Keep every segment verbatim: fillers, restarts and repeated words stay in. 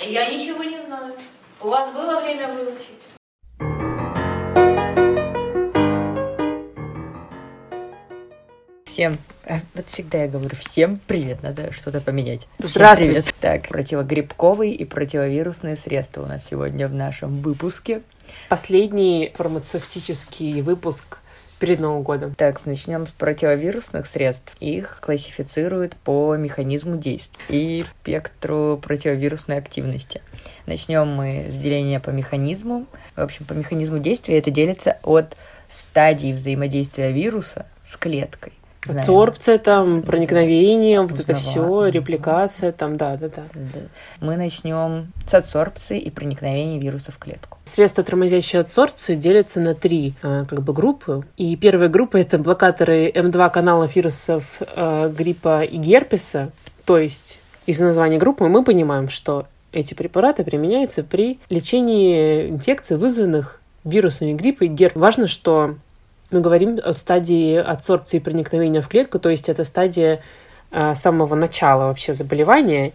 Я ничего не знаю. У вас было время выучить? Всем, вот всегда я говорю всем привет, надо что-то поменять. Здравствуйте. Всем привет. Так, противогрибковые и противовирусные средства у нас сегодня в нашем выпуске. Последний фармацевтический выпуск перед Новым годом. Так, начнем с противовирусных средств. Их классифицируют по механизму действия и спектру противовирусной активности. Начнем мы с деления по механизму. В общем, по механизму действия это делится от стадии взаимодействия вируса с клеткой. Знаем. Адсорбция, там, проникновение, да, вот это все, репликация, там, да, да, да. Мы начнем с адсорбции и проникновения вируса в клетку. Средства, тормозящие адсорбцию, делятся на три как бы, группы. И первая группа – это блокаторы эм два каналов вирусов э, гриппа и герпеса. То есть из названия группы мы понимаем, что эти препараты применяются при лечении инфекций, вызванных вирусами гриппа и герпеса. Важно, что мы говорим о стадии адсорбции и проникновения в клетку, то есть это стадия э, самого начала вообще заболевания.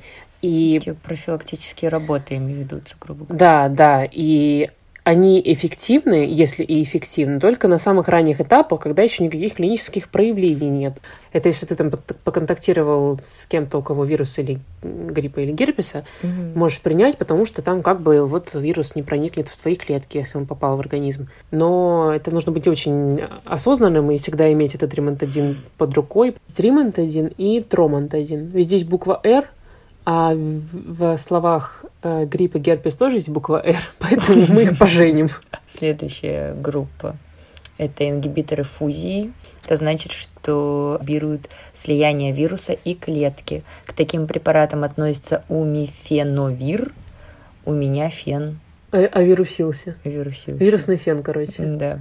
И эти профилактические работы ими ведутся, грубо говоря. Да, да, и они эффективны, если и эффективны, только на самых ранних этапах, когда еще никаких клинических проявлений нет. Это если ты там поконтактировал с кем-то, у кого вирус или гриппа или герпеса, угу. можешь принять, потому что там как бы вот вирус не проникнет в твои клетки, если он попал в организм. Но это нужно быть очень осознанным и всегда иметь этот римонтадин под рукой. Римонтадин и тромонтадин. Здесь буква «Р», а в словах э, грипп и герпес тоже есть буква «Р», поэтому мы их поженим. Следующая группа – это ингибиторы фузии. Это значит, что ингибируют слияние вируса и клетки. К таким препаратам относятся умифеновир, у меня фен. А, авирусился. Авирусился. Вирусный фен, короче. Да.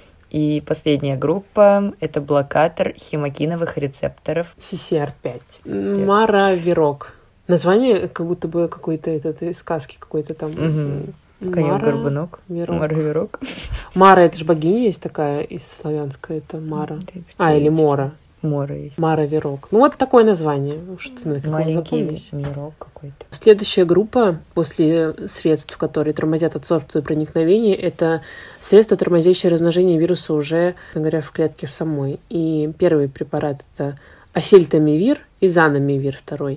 И последняя группа – это блокатор хемокиновых рецепторов. си си ар пять. Маравирок. Название как будто бы какой-то этот, из сказки какой-то там. Угу. Конек-горбунок. Мара-вирок. Мара, это же богиня есть такая из славянской, это Мара. Да, а, или Мора. Мора есть. Мара-вирок. Ну, вот такое название. Что ты маленький вирок какой-то. Следующая группа после средств, которые тормозят адсорбцию и проникновение, это средства, тормозящие размножение вируса уже, говоря, в клетке самой. И первый препарат – это осельтамивир и занамивир второй.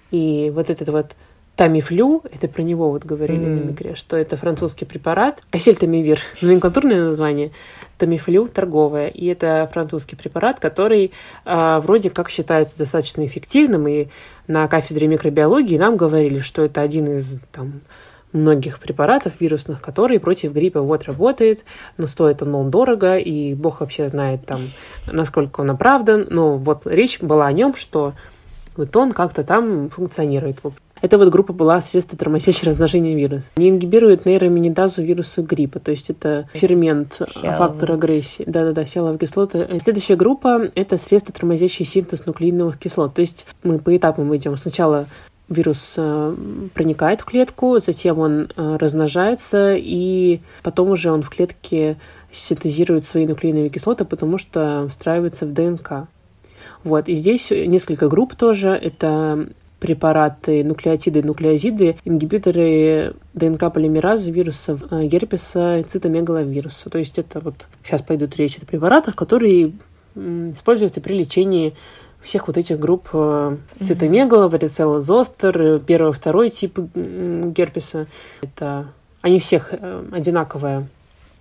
И вот этот вот тамифлю, это про него вот говорили mm. на микре, что это французский препарат. Осельтамивир, номенклатурное название, тамифлю торговое. И это французский препарат, который а, вроде как считается достаточно эффективным. И на кафедре микробиологии нам говорили, что это один из там, многих препаратов вирусных, который против гриппа вот работает, но стоит он, мол, дорого, и бог вообще знает там, насколько он оправдан. Но вот речь была о нем, что вот он как-то там функционирует. Эта вот группа была средства, тормозящие размножение вируса. Не ингибирует нейроминидазу вируса гриппа, то есть это фермент, Сиаловый. Фактор агрессии. Да-да-да, сиаловые кислоты. Следующая группа – это средства, тормозящие синтез нуклеиновых кислот. То есть мы по этапам идем. Сначала вирус проникает в клетку, затем он размножается, и потом уже он в клетке синтезирует свои нуклеиновые кислоты, потому что встраивается в ДНК. Вот, и здесь несколько групп тоже. Это препараты нуклеотиды и нуклеозиды, ингибиторы ДНК-полимеразы вирусов герпеса и цитомегаловируса. То есть это вот сейчас пойдут речь о препаратах, которые используются при лечении всех вот этих групп цитомегала, варицелла зостер, первый, второй тип герпеса. Это они всех одинаковая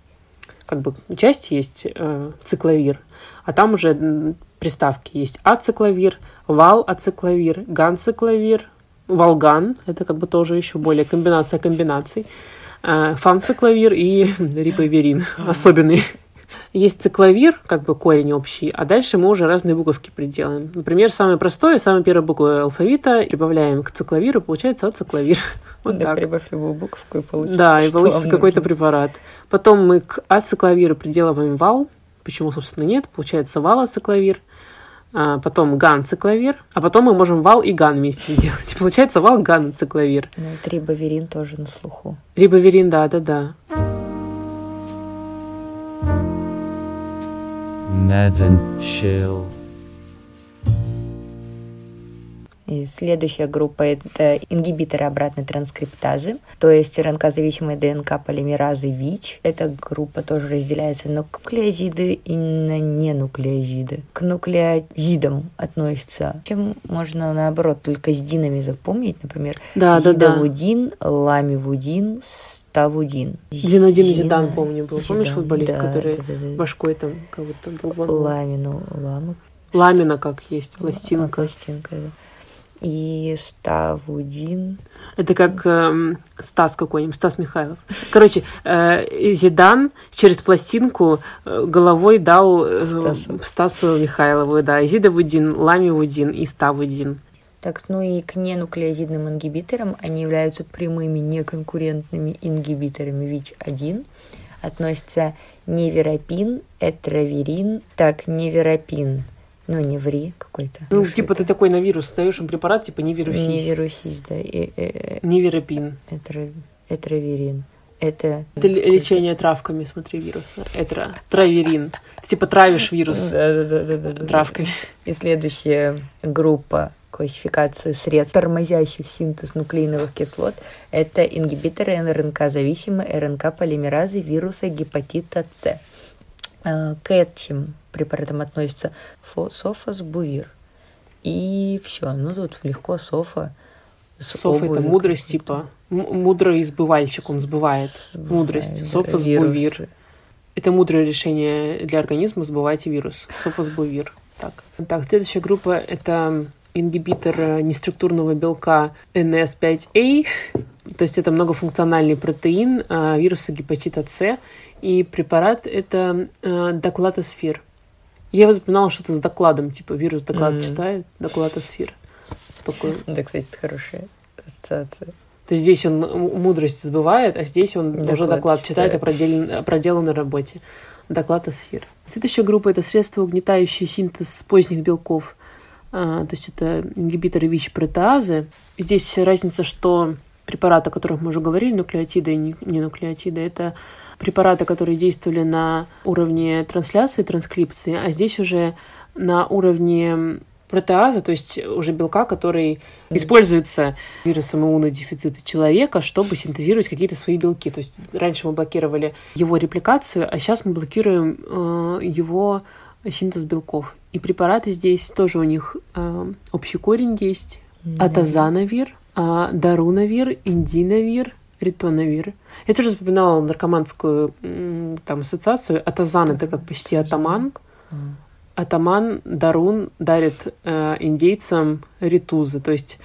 как бы часть есть э, цикловир, а там уже приставки есть ацикловир, вал-ацикловир, ган-цикловир, валган, это как бы тоже еще более комбинация комбинаций, э, фамцикловир и рибавирин особенный. Есть цикловир, как бы корень общий, а дальше мы уже разные буковки приделаем. Например, самое простое, самая первая буква алфавита, прибавляем к цикловиру, получается ацикловир. Вот да, так. прибавь любую буковку и получится. Да, и получится какой-то препарат. Потом мы к ацикловиру приделываем вал. Почему, собственно, нет? Получается вал-ацикловир. А потом ган-цикловир. А потом мы можем вал и ган вместе сделать. И получается вал-ган-цикловир. Ну, и рибавирин тоже на слуху. Рибавирин, да-да-да. И следующая группа – это ингибиторы обратной транскриптазы, то есть РНК-зависимые ДНК-полимеразы ВИЧ. Эта группа тоже разделяется на нуклеозиды и на ненуклеозиды. К нуклеозидам относится, чем можно, наоборот, только с динами запомнить, например, Да, да, да. зидовудин, ламивудин, ставудин. Зинодин Зина- Зидан, помню, был. Помнишь Зидан, футболист, да, который да, да, да. башкой там как будто долбанул? Ламину, ламу. Ламина, как есть, А, пластинка. пластинка, да. И ставудин. Это как эм, Стас какой-нибудь, Стас Михайлов. Короче, э, Зидан через пластинку э, головой дал э, Стасу. Стасу Михайлову, да. Зидовудин, Ламивудин и Ставудин. Так, ну и к ненуклеозидным ингибиторам они являются прямыми неконкурентными ингибиторами ВИЧ один. Относятся неверапин, этраверин, так, неверапин. Ну, не ври какой-то. Ну, Что типа это? ты такой на вирус даешь им препарат, типа не вирусись. Не вирусись, да. И, э, Неверапин. этра- этраверин. Это... Это л- лечение травками, смотри, вируса. Это траверин. Ты типа травишь вирус Да-да-да. травками. И следующая группа классификации средств, тормозящих синтез нуклеиновых кислот, это ингибиторы РНК-зависимой РНК-полимеразы вируса гепатита С. Э, К этим препаратам относится фо- софосбувир. И все. Ну, тут легко софа. с Соф это обувью мудрость, какой-то. типа м- мудрый избывальщик, он сбывает Сбывает, мудрость. да, Софосбувир. вирусы. Это мудрое решение для организма, сбывайте вирус. Софосбувир. Так. Так, следующая группа это ингибитор неструктурного белка эн эс пять а, то есть это многофункциональный протеин а, вируса гепатита С, и препарат это а, доклатосфер. Я его запоминала что-то с докладом, типа вирус доклад Мгм. читает, доклатосфер. Такой. Да, кстати, это хорошая ассоциация. То есть здесь он м- мудрость сбывает, а здесь он Доклад уже доклад читает о, читает. проделен- о проделанной работе. Доклатосфер. Следующая группа это средства, угнетающие синтез поздних белков. А, то есть это ингибиторы ВИЧ-протеазы. Здесь разница, что препараты, о которых мы уже говорили, нуклеотиды и не не нуклеотиды, это препараты, которые действовали на уровне трансляции, транскрипции, а здесь уже на уровне протеаза, то есть уже белка, который используется вирусом иммунодефицита человека, чтобы синтезировать какие-то свои белки. То есть раньше мы блокировали его репликацию, а сейчас мы блокируем э, его синтез белков. И препараты здесь тоже у них э, общий корень есть. Атазанавир, э, дарунавир, индинавир, ритонавир. Я тоже вспоминала наркоманскую м, там ассоциацию. Атазан — это как почти атаман. М. Атаман Дарун дарит э, индейцам ритузы. То есть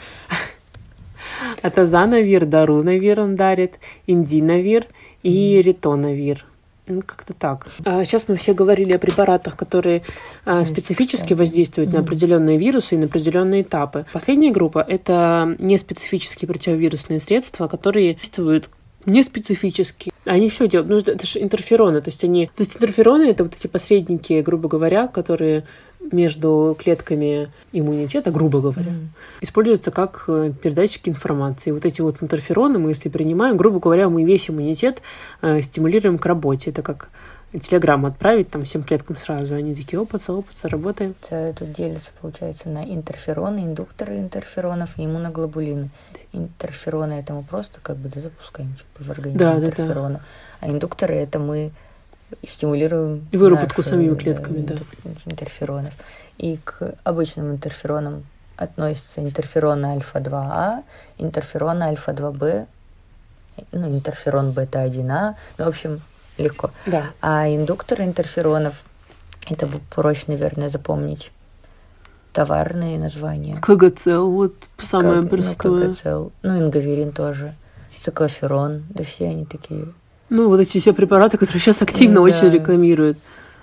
Атазанавир, Дарунавир он дарит, Индинавир и Ритонавир. Ну, как-то так. А сейчас мы все говорили о препаратах, которые а, Есть, специфически кстати. воздействуют на Мгм. определенные вирусы и на определенные этапы. Последняя группа — это неспецифические противовирусные средства, которые действуют неспецифически. Они все делают. Ну, это же интерфероны. То есть они. То есть интерфероны — это вот эти посредники, грубо говоря, которые между клетками иммунитета, грубо говоря, Мгм. используются как э, передатчики информации. Вот эти вот интерфероны мы, если принимаем, грубо говоря, мы весь иммунитет э, стимулируем к работе. Это как телеграмму отправить там всем клеткам сразу. Они такие: опытся, опытся, работаем. Это тут делится, получается, на интерфероны, индукторы интерферонов и иммуноглобулины. Интерфероны — это мы просто как бы да, запускаем типа, в организм Да, да, да. интерферона. А индукторы — это мы стимулируем Выработку наши, самими клетками, да. индук- интерферонов. И к обычным интерферонам относятся интерфероны альфа-два а, интерфероны альфа-два бэ, ну, интерферон бета один а, ну, в общем, легко. Да. А индукторы интерферонов, это бы проще, наверное, запомнить товарные названия. КГЦЛ, вот самое Как- простое. Ну, КГЦЛ, ну, ингаверин тоже, циклоферон, да все они такие. Ну, вот эти все препараты, которые сейчас активно Да. очень рекламируют.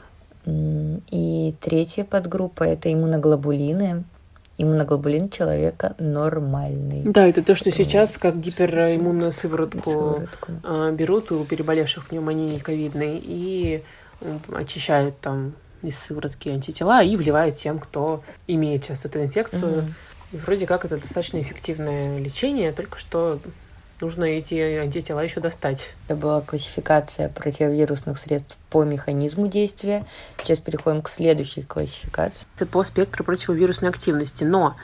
М, И третья подгруппа — это иммуноглобулины. Иммуноглобулин человека нормальный. Да, это то, что Да. сейчас как гипериммунную сыворотку Сыворотку. а, берут у переболевших пневмонией ковидной и м, очищают там из сыворотки антитела и вливают тем, кто имеет сейчас эту инфекцию. Мгм. И вроде как это достаточно эффективное лечение, только что нужно эти антитела еще достать. Это была классификация противовирусных средств по механизму действия. Сейчас переходим к следующей классификации. По спектру противовирусной активности. Но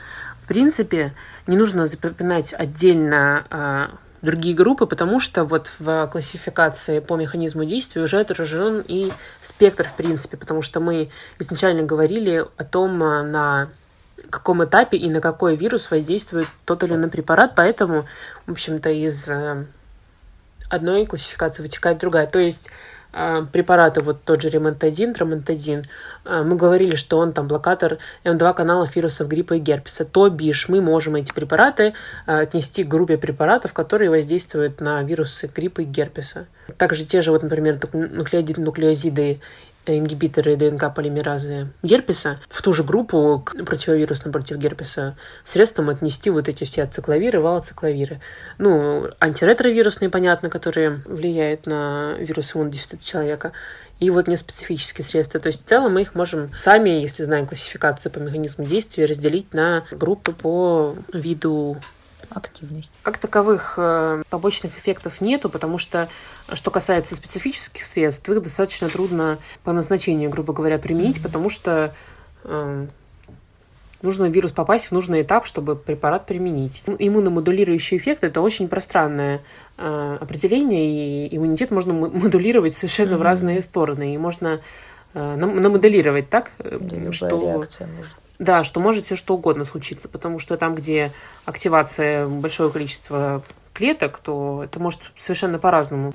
В принципе, не нужно запоминать отдельно другие группы, потому что вот в классификации по механизму действия уже отражен и спектр, в принципе, потому что мы изначально говорили о том, на каком этапе и на какой вирус воздействует тот или иной препарат, поэтому, в общем-то, из одной классификации вытекает другая. То есть препараты, вот тот же ремонтадин, трамонтадин, мы говорили, что он там блокатор эм два каналов вирусов гриппа и герпеса. То бишь мы можем эти препараты отнести к группе препаратов, которые воздействуют на вирусы гриппа и герпеса. Также те же, вот, например, нуклеозиды, нуклеозиды, ингибиторы ДНК-полимеразы герпеса в ту же группу к противовирусным против герпеса средством отнести вот эти все ацикловиры, валоцикловиры. Ну, антиретровирусные, понятно, которые влияют на вирус иммунодефицита человека. И вот неспецифические средства. То есть в целом мы их можем сами, если знаем классификацию по механизму действия, разделить на группы по виду активность. Как таковых э, побочных эффектов нету, потому что, что касается специфических средств, их достаточно трудно по назначению, грубо говоря, применить, mm-hmm. потому что э, нужно вирус попасть в нужный этап, чтобы препарат применить. Иммуномодулирующий эффект – это очень пространное э, определение, и иммунитет можно модулировать совершенно mm-hmm. в разные стороны, и можно э, намоделировать так, да, что… реакция может. Да, что может все что угодно случиться, потому что там, где активация большого количества клеток, то это может совершенно по-разному.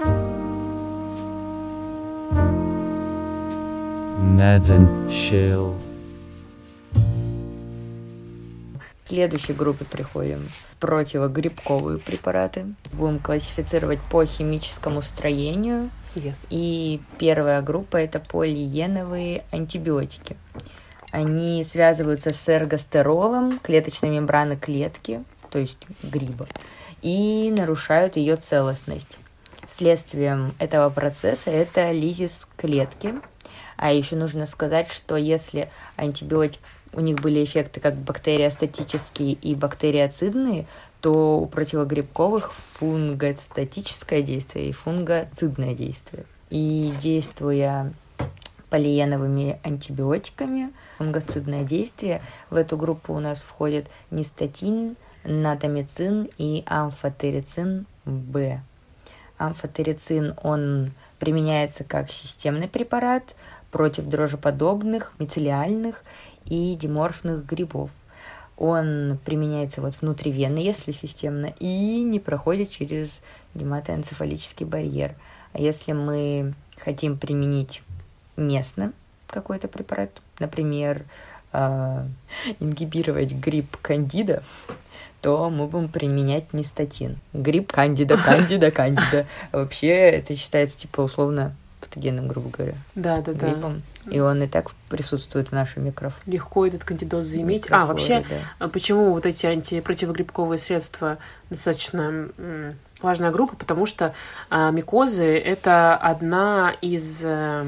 В следующей группе приходим противогрибковые препараты. Будем классифицировать по химическому строению. Yes. И первая группа – это полиеновые антибиотики. Они связываются с эргостеролом клеточной мембраны клетки, то есть гриба, и нарушают ее целостность. Следствием этого процесса это лизис клетки. А еще нужно сказать, что если антибиотик, у них были эффекты как бактериостатические и бактериоцидные, то у противогрибковых фунгостатическое действие и фунгоцидное действие. И действуя полиеновыми антибиотиками, фунгоцидное действие, в эту группу у нас входит нистатин, натомицин и амфотерицин Б. Амфотерицин, он применяется как системный препарат против дрожжеподобных, мицелиальных и диморфных грибов. Он применяется вот внутривенно, если системно, и не проходит через гематоэнцефалический барьер. А если мы хотим применить местно какой-то препарат, например, э, ингибировать гриб кандида, то мы будем применять нистатин. Гриб кандида, кандида, кандида. Вообще это считается типа условно патогенным, грубо говоря. Да, да, грибом. Да. И он и так присутствует в нашей микрофлоре. Легко этот кандидоз заиметь. А, вообще, да. Почему вот эти антипротивогрибковые средства достаточно м, важная группа? Потому что а, микозы – это одна из…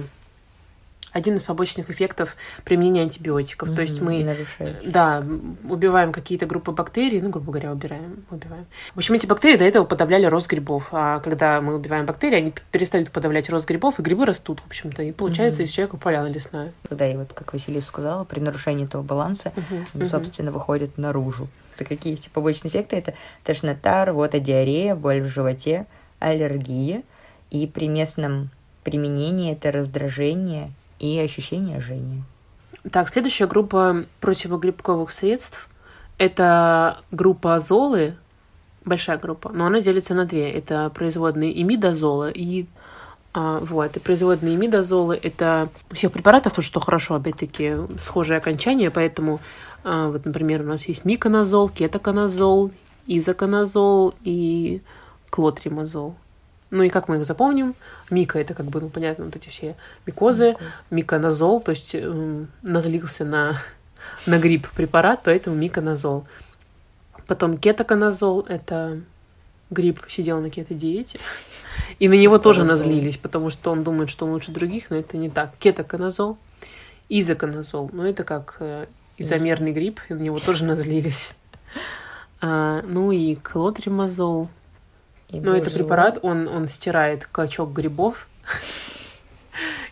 один из побочных эффектов применения антибиотиков. Mm-hmm. То есть мы Нарушается. Да, убиваем какие-то группы бактерий, ну, грубо говоря, убираем, убиваем. В общем, эти бактерии до этого подавляли рост грибов. А когда мы убиваем бактерии, они перестают подавлять рост грибов, и грибы растут, в общем-то. И получается mm-hmm. из человека поляна лесная. Да, и вот, как Василиса сказала, при нарушении этого баланса mm-hmm. они, собственно, mm-hmm. выходят наружу. Какие есть побочные эффекты? Это тошнота, рвота, диарея, боль в животе, аллергия. И при местном применении это раздражение и ощущение жжения. Так, следующая группа противогрибковых средств – это группа азолы, большая группа, но она делится на две. Это производные имидазола и а, вот, и производные имидазолы – это у всех препаратов, то, что хорошо, опять-таки, схожие окончания, поэтому, а, вот, например, у нас есть миконазол, кетоконазол, изоконазол и клотримазол. Ну и как мы их запомним? Мика – это как бы, ну, понятно, вот эти все микозы. Микоз. Миконазол, то есть э, назлился на, на грипп препарат, поэтому миконазол. Потом кетоконазол – это грипп сидел на кето-диете. И на него тоже назлились, потому что он думает, что он лучше других, но это не так. Кетоконазол, изоконазол. Ну это как э, изомерный грипп, и на него тоже назлились. А, ну и клотримазол. Но это препарат, он, он стирает клочок грибов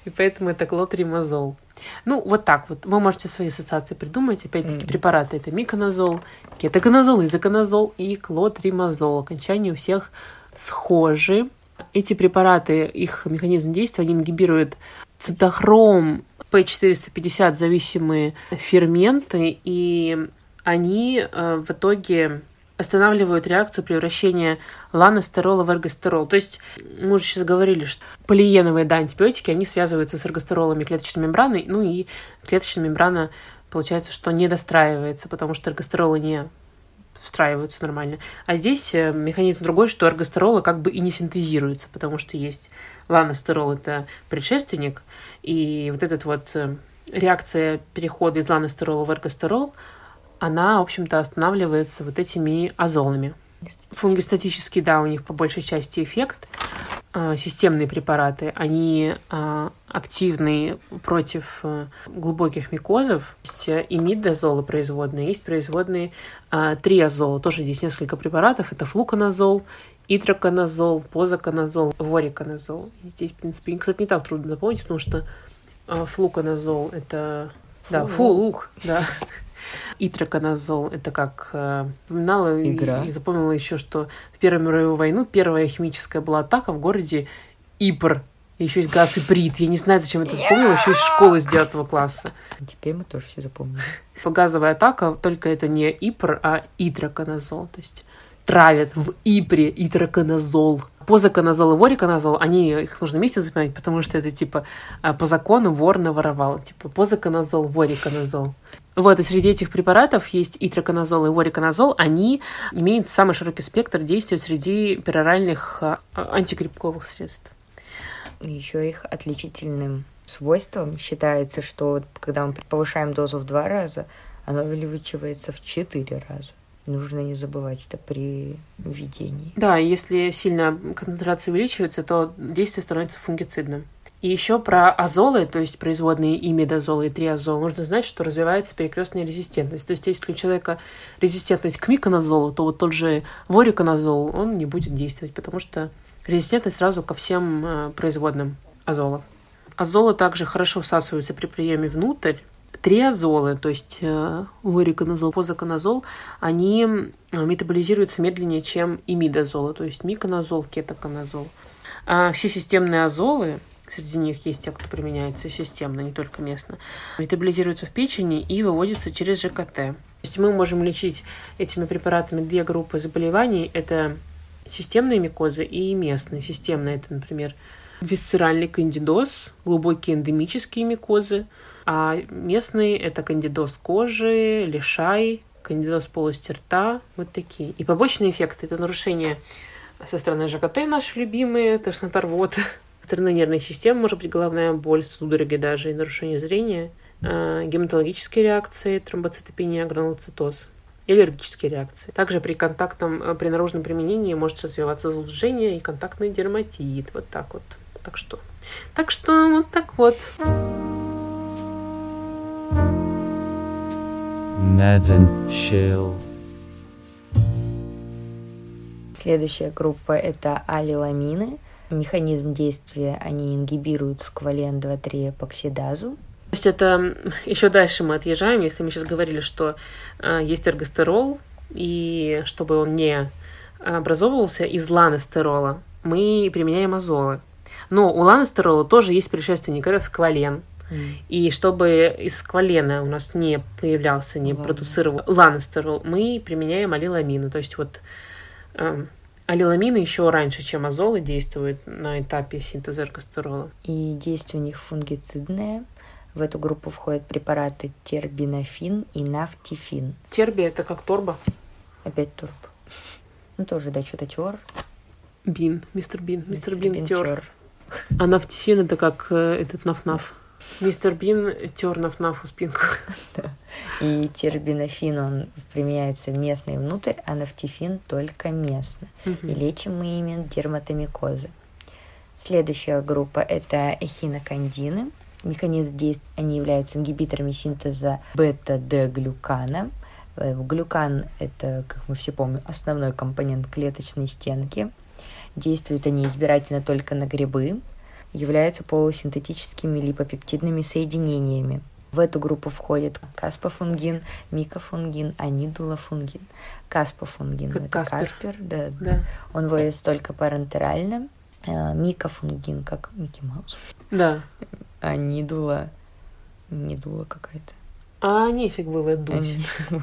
И поэтому это клотримазол. Ну, вот так вот. Вы можете свои ассоциации придумать. Опять-таки, Mm. препараты это миконазол, кетоконазол, изоконазол и клотримазол. Окончания у всех схожи. Эти препараты, их механизм действия, они ингибируют цитохром пэ четыреста пятьдесят зависимые ферменты, и они э, в итоге останавливают реакцию превращения ланостерола в эргостерол. То есть мы уже сейчас говорили, что полиеновые да, антибиотики, они связываются с эргостеролами клеточной мембраны, ну и клеточная мембрана, получается, что не достраивается, потому что эргостеролы не встраиваются нормально. А здесь механизм другой, что эргостеролы как бы и не синтезируются, потому что есть ланостерол, это предшественник, и вот эта вот реакция перехода из ланостерола в эргостерол, она, в общем-то, останавливается вот этими азолами. Фунгистатический, да, у них по большей части эффект. Системные препараты, они активны против глубоких микозов. Есть имидазолы производные, есть производные триазола. Тоже здесь несколько препаратов. Это флуконазол, итроконазол, позоконазол, вориконазол. Здесь, в принципе, кстати, не так трудно запомнить, потому что флуконазол — это... Да, фулук, да. Итроконазол — это как э, упоминала и, и запомнила еще, что в Первую мировую войну первая химическая была атака в городе Ипр. И еще есть газ иприт. Я не знаю, зачем это запомнила, еще из школы с девятого класса. Теперь мы тоже все запомнили. Газовая атака, только это не Ипр, а итроконазол. То есть травят в Ипре итроконазол. Позоконазол и вориконазол, они, их нужно вместе запоминать, потому что это типа по закону вор наворовал. Типа позоконазол, вориконазол. Вот, и среди этих препаратов есть итроконазол и вориконазол. Они имеют самый широкий спектр действия среди пероральных антигрибковых средств. Еще их отличительным свойством считается, что когда мы повышаем дозу в два раза, оно увеличивается в четыре раза. Нужно не забывать это при введении. Да, если сильно концентрация увеличивается, то действие становится фунгицидным. И еще про азолы, то есть производные имидазол и триазол, нужно знать, что развивается перекрестная резистентность. То есть если у человека резистентность к миконазолу, то вот тот же вориконазол, он не будет действовать, потому что резистентность сразу ко всем производным азола. Азолы также хорошо всасываются при приеме внутрь. Триазолы, то есть э, вориконазол, позоконазол, они метаболизируются медленнее, чем имидазолы, то есть миконазол, кетоконазол. А все системные азолы, среди них есть те, кто применяется системно, не только местно, метаболизируются в печени и выводятся через ЖКТ. То есть мы можем лечить этими препаратами две группы заболеваний. Это системные микозы и местные. Системные — это, например, висцеральный кандидоз, глубокие эндемические микозы. А местные — это кандидоз кожи, лишай, кандидоз полости рта, вот такие. И побочные эффекты — это нарушение со стороны ЖКТ, наши любимые, тошнота, рвота. Со стороны нервной системы может быть головная боль, судороги даже, и нарушение зрения, гематологические реакции, тромбоцитопения, гранулоцитоз, и аллергические реакции. Также при контактном, при наружном применении может развиваться зудожение и контактный дерматит. Вот так вот. Так что, так что вот так вот. Следующая группа — это алиламины. Механизм действия: они ингибируют сквален два три эпоксидазу. То есть это еще дальше мы отъезжаем, если мы сейчас говорили, что э, есть эргостерол, и чтобы он не образовывался из ланостерола, мы применяем азолы. Но у ланостерола тоже есть предшественник, это сквален. И чтобы из сквалена у нас не появлялся, не Ладно. продуцировал ланостерол, мы применяем алиламины. То есть вот э, алиламины еще раньше, чем азолы, действуют на этапе синтеза эргостерола. И действие у них фунгицидное. В эту группу входят препараты тербинофин и нафтифин. Терби — это как торба. Опять торб. Ну тоже, да, что-то тер. Бин, мистер Бин, мистер Бин тер. А нафтифин — это как э, этот наф-наф. Мистер Бин тер наф-наф у спинку. Да. И тербинофин, он применяется местно и внутрь, а нафтифин только местно. Угу. И лечим мы ими дерматомикозы. Следующая группа — это эхинокандины. Механизм действия: они являются ингибиторами синтеза бета-д-глюкана. Глюкан — это, как мы все помним, основной компонент клеточной стенки. Действуют они избирательно только на грибы. являются полусинтетическими липопептидными соединениями. В эту группу входят каспофунгин, микофунгин, анидулофунгин. Каспофунгин — Как это Каспер. Каспер, да. Да. Он водится только парентерально. Э, Микофунгин, как Микки Маус. Да. Анидула, нидула какая-то. А нефиг было дуть.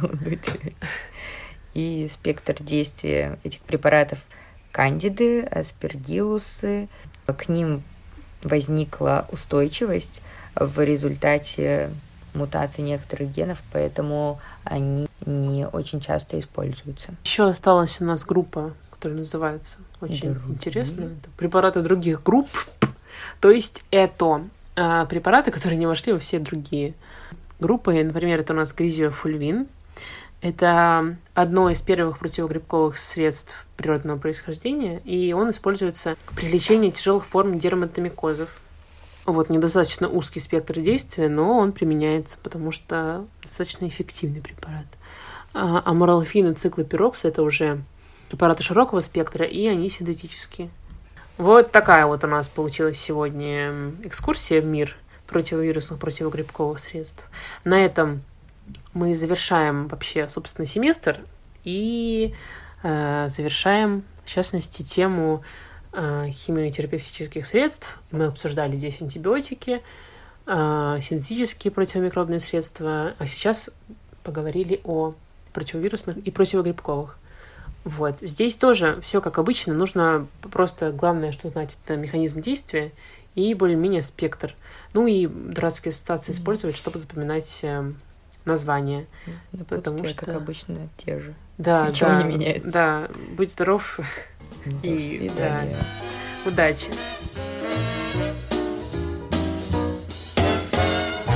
И спектр действия этих препаратов — кандиды, аспергиллусы. К ним возникла устойчивость в результате мутации некоторых генов, поэтому они не очень часто используются. Еще осталась у нас группа, которая называется очень Другие. интересно. Это препараты других групп. То есть это а, препараты, которые не вошли во все другие группы. Например, это у нас гризиофульвин. Это одно из первых противогрибковых средств природного происхождения, и он используется при лечении тяжелых форм дерматомикозов. Вот, недостаточно узкий спектр действия, но он применяется, потому что достаточно эффективный препарат. А аморалфин и циклопирокс — это уже препараты широкого спектра, и они синтетические. Вот такая вот у нас получилась сегодня экскурсия в мир противовирусных, противогрибковых средств. На этом мы завершаем вообще, собственно, семестр и э, завершаем, в частности, тему э, химиотерапевтических средств. Мы обсуждали здесь антибиотики, э, синтетические противомикробные средства, а сейчас поговорили о противовирусных и противогрибковых. Вот. Здесь тоже все как обычно. Нужно просто, главное, что знать, это механизм действия и более-менее спектр. Ну и дурацкие ассоциации mm-hmm. использовать, чтобы запоминать э, названия. Потому что, как обычно, те же. Да, Ничего да, не меняется. Да, будь здоров. До и свидания. Да, удачи.